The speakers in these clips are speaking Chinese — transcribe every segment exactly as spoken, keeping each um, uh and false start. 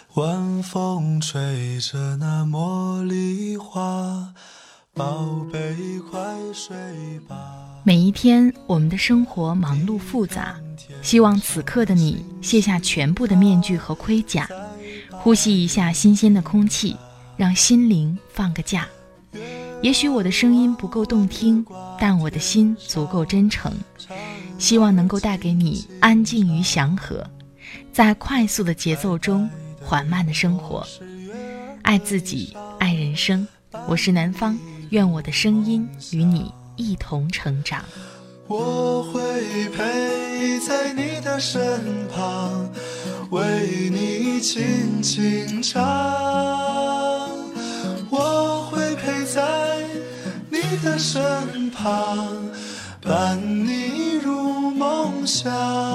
晚风吹着那茉莉花，宝贝快睡吧。 每一天我们的生活忙碌复杂，希望此刻的你卸下全部的面具和盔甲，呼吸一下新鲜的空气，让心灵放个假。也许我的声音不够动听，但我的心足够真诚，希望能够带给你安静与祥和，在快速的节奏中缓慢的生活。爱自己，爱人生。我是南方，愿我的声音与你一同成长。 我会陪在你的身旁，为你轻轻唱。我会陪在你的身旁，伴你入梦乡。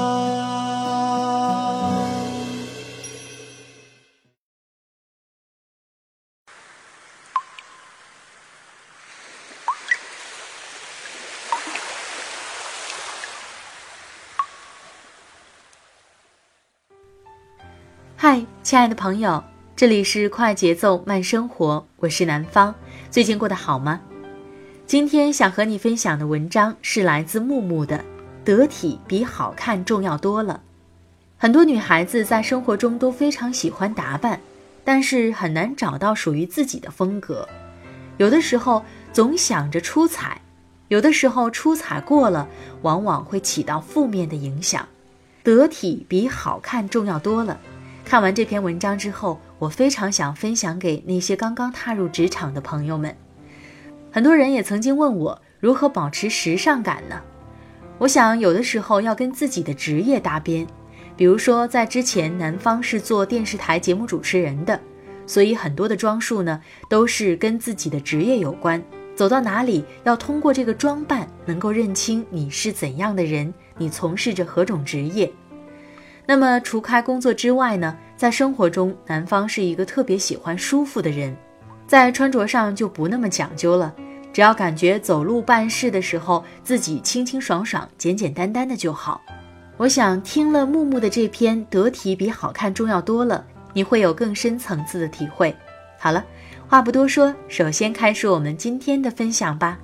嗨，亲爱的朋友，这里是快节奏慢生活，我是南方，最近过得好吗？今天想和你分享的文章是来自木木的，得体比好看重要多了。很多女孩子在生活中都非常喜欢打扮，但是很难找到属于自己的风格。有的时候总想着出彩，有的时候出彩过了，往往会起到负面的影响。得体比好看重要多了。看完这篇文章之后，我非常想分享给那些刚刚踏入职场的朋友们。很多人也曾经问我如何保持时尚感呢？我想有的时候要跟自己的职业搭边，比如说在之前南方是做电视台节目主持人的，所以很多的装束呢都是跟自己的职业有关，走到哪里要通过这个装扮能够认清你是怎样的人，你从事着何种职业。那么除开工作之外呢，在生活中南方是一个特别喜欢舒服的人，在穿着上就不那么讲究了，只要感觉走路办事的时候自己清清爽爽简简单单的就好。我想听了木木的这篇得体比好看重要多了，你会有更深层次的体会。好了，话不多说，首先开始我们今天的分享吧。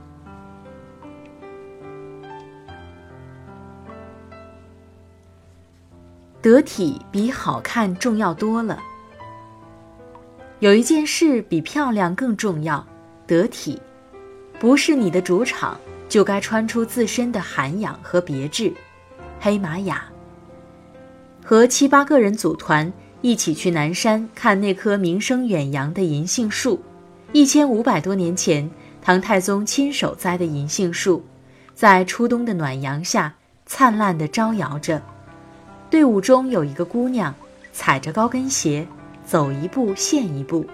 得体比好看重要多了。有一件事比漂亮更重要，得体。不是你的主场，就该穿出自身的涵养和别致。黑玛雅。和七八个人组团，一起去南山看那棵名声远扬的银杏树。一千五百多年前，唐太宗亲手栽的银杏树，在初冬的暖阳下，灿烂地招摇着。队伍中有一个姑娘，踩着高跟鞋，走一步现一步。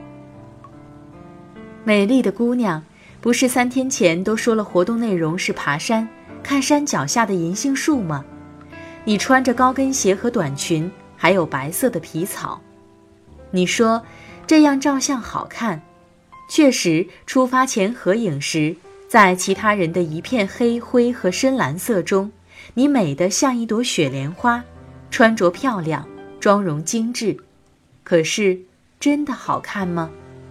美丽的姑娘，不是三天前都说了活动内容是爬山，看山脚下的银杏树吗？你穿着高跟鞋和短裙，还有白色的皮草。你说这样照相好看，确实，出发前合影时，在其他人的一片黑灰和深蓝色中，你美得像一朵雪莲花，穿着漂亮，妆容精致。可是，真的好看吗？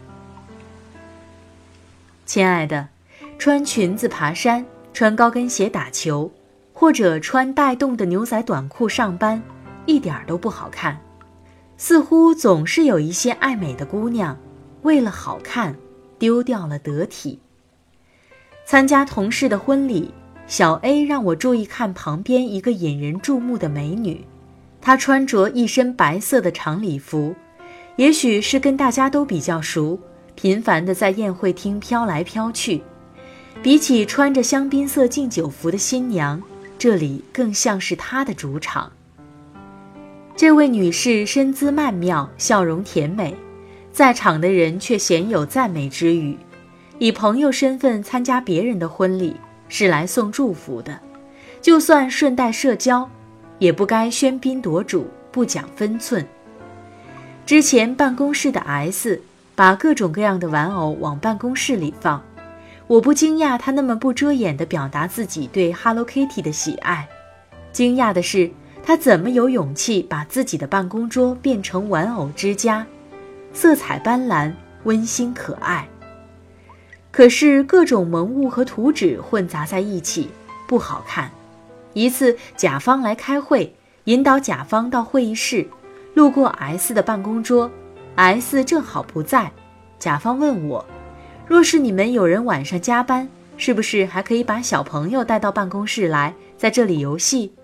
亲爱的，穿裙子爬山，穿高跟鞋打球，或者穿带洞的牛仔短裤上班，一点都不好看。似乎总是有一些爱美的姑娘，为了好看，丢掉了得体。参加同事的婚礼，小 A 让我注意看旁边一个引人注目的美女，她穿着一身白色的长礼服，也许是跟大家都比较熟，频繁地在宴会厅飘来飘去。比起穿着香槟色敬酒服的新娘，这里更像是她的主场。这位女士身姿曼妙，笑容甜美，在场的人却鲜有赞美之语。以朋友身份参加别人的婚礼，是来送祝福的，就算顺带社交，也不该喧宾夺主，不讲分寸。之前办公室的 S 把各种各样的玩偶往办公室里放，我不惊讶他那么不遮掩地表达自己对 Hello Kitty 的喜爱，惊讶的是他怎么有勇气把自己的办公桌变成玩偶之家，色彩斑斓，温馨可爱？可是各种萌物和图纸混杂在一起，不好看。一次甲方来开会，引导甲方到会议室，路过 S 的办公桌， S 正好不在。甲方问我，若是你们有人晚上加班，是不是还可以把小朋友带到办公室来，在这里游戏？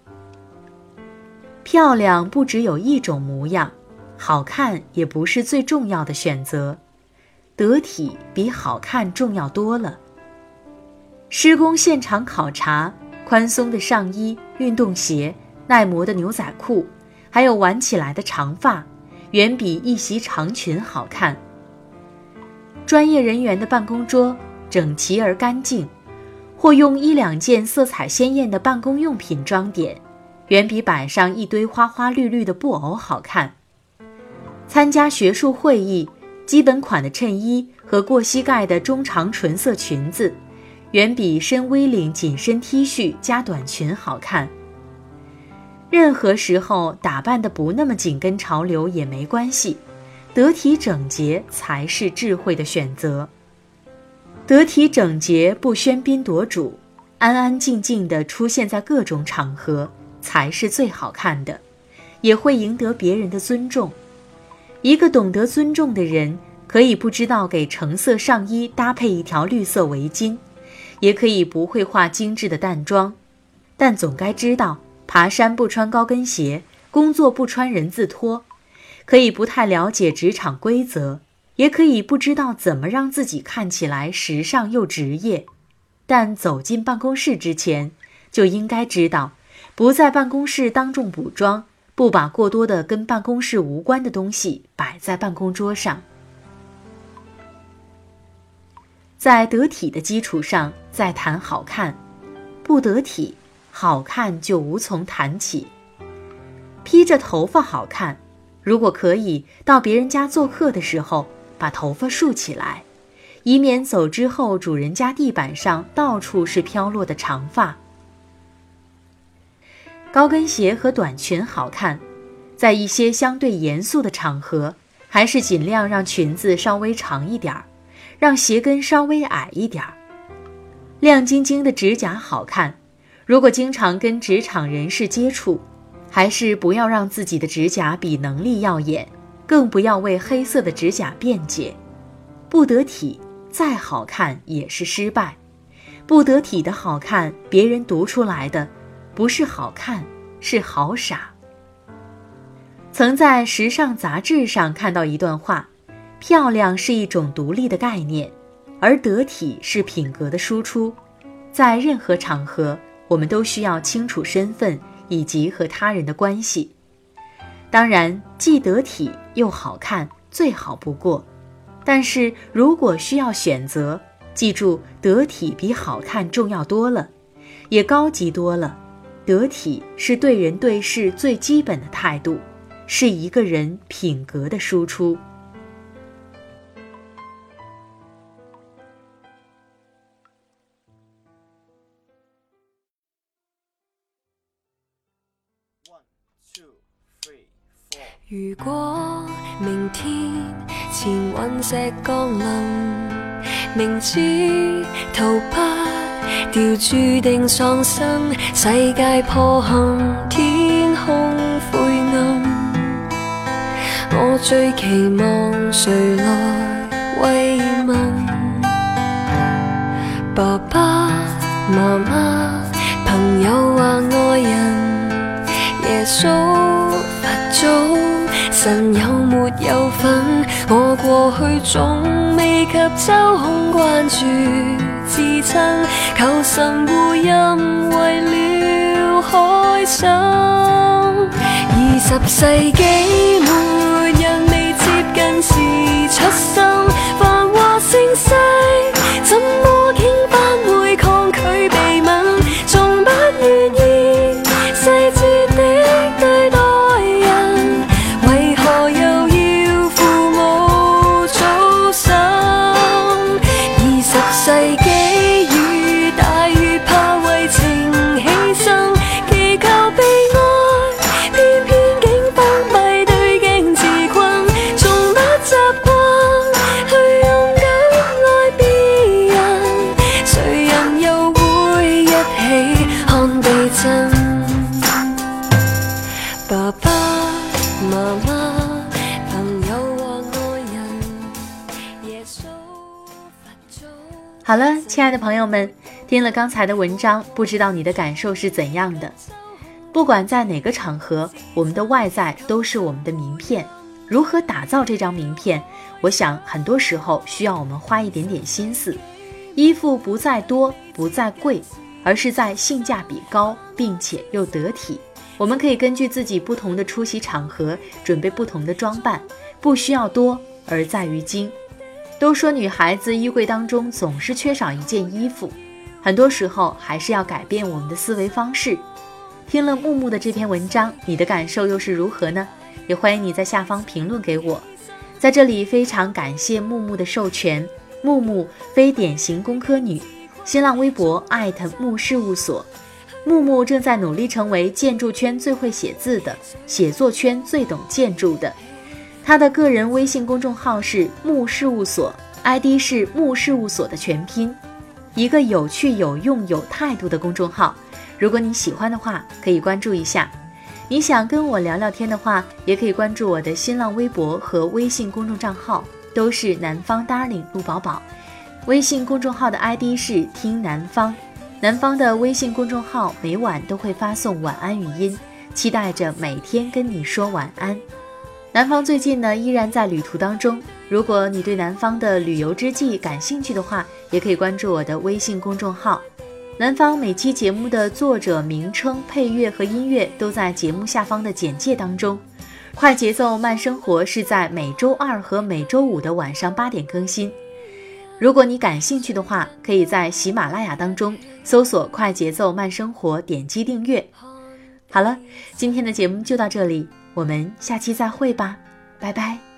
漂亮不只有一种模样，好看也不是最重要的选择，得体比好看重要多了。施工现场考察，宽松的上衣、运动鞋、耐磨的牛仔裤，还有挽起来的长发，远比一袭长裙好看。专业人员的办公桌整齐而干净，或用一两件色彩鲜艳的办公用品装点，远比摆上一堆花花绿绿的布偶好看。参加学术会议，基本款的衬衣和过膝盖的中长纯色裙子，远比深 V 领紧身 T 恤加短裙好看。任何时候打扮得不那么紧跟潮流也没关系，得体整洁才是智慧的选择。得体整洁不喧宾夺主，安安静静地出现在各种场合才是最好看的，也会赢得别人的尊重。一个懂得尊重的人，可以不知道给橙色上衣搭配一条绿色围巾，也可以不会化精致的淡妆，但总该知道爬山不穿高跟鞋，工作不穿人字拖。可以不太了解职场规则，也可以不知道怎么让自己看起来时尚又职业，但走进办公室之前，就应该知道不在办公室当众补妆，不把过多的跟办公室无关的东西摆在办公桌上。在得体的基础上再谈好看，不得体，好看就无从谈起。披着头发好看，如果可以，到别人家做客的时候把头发竖起来，以免走之后主人家地板上到处是飘落的长发。高跟鞋和短裙好看，在一些相对严肃的场合，还是尽量让裙子稍微长一点，让鞋跟稍微矮一点。亮晶晶的指甲好看，如果经常跟职场人士接触，还是不要让自己的指甲比能力耀眼，更不要为黑色的指甲辩解。不得体，再好看也是失败。不得体的好看，别人读出来的不是好看，是好傻。曾在时尚杂志上看到一段话，漂亮是一种独立的概念，而得体是品格的输出。在任何场合，我们都需要清楚身份以及和他人的关系。当然，既得体又好看最好不过，但是如果需要选择，记住得体比好看重要多了，也高级多了。得体是对人对事最基本的态度，是一个人品格的输出。 如果明天前陨石降临，明知逃不掉注定喪生，世界破陷，天空灰暗，我最期望誰來慰問？爸爸媽媽朋友或愛人，耶穌佛祖神有沒有份？我過去總未及抽空關注至親，求神護蔭為了開心。二十世紀沒人未接近時出生，繁華盛世怎麼竟不會抗拒被吻？從不願意細緻的對待人，為何又要父母操心？二十世紀越大越怕為情犧牲，祈求被愛好了，亲爱的朋友们，听了刚才的文章，不知道你的感受是怎样的？不管在哪个场合，我们的外在都是我们的名片。如何打造这张名片，我想很多时候需要我们花一点点心思。衣服不在多，不在贵，而是在性价比高，并且又得体。我们可以根据自己不同的出席场合，准备不同的装扮，不需要多，而在于精。都说女孩子衣柜当中总是缺少一件衣服，很多时候还是要改变我们的思维方式。听了木木的这篇文章，你的感受又是如何呢？也欢迎你在下方评论给我。在这里非常感谢木木的授权，木木非典型工科女，新浪微博艾特木事务所。木木正在努力成为建筑圈最会写字的，写作圈最懂建筑的。他的个人微信公众号是木事务所， I D 是木事务所的全拼，一个有趣有用有态度的公众号。如果你喜欢的话，可以关注一下。你想跟我聊聊天的话，也可以关注我的新浪微博和微信公众账号，都是南方 Darling 陆宝宝。微信公众号的 I D 是听南方，南方的微信公众号每晚都会发送晚安语音，期待着每天跟你说晚安。南方最近呢依然在旅途当中，如果你对南方的旅游之记感兴趣的话，也可以关注我的微信公众号。南方每期节目的作者名称、配乐和音乐都在节目下方的简介当中。快节奏慢生活是在每周二和每周五的晚上八点更新。如果你感兴趣的话，可以在喜马拉雅当中搜索快节奏慢生活，点击订阅。好了，今天的节目就到这里，我们下期再会吧，拜拜。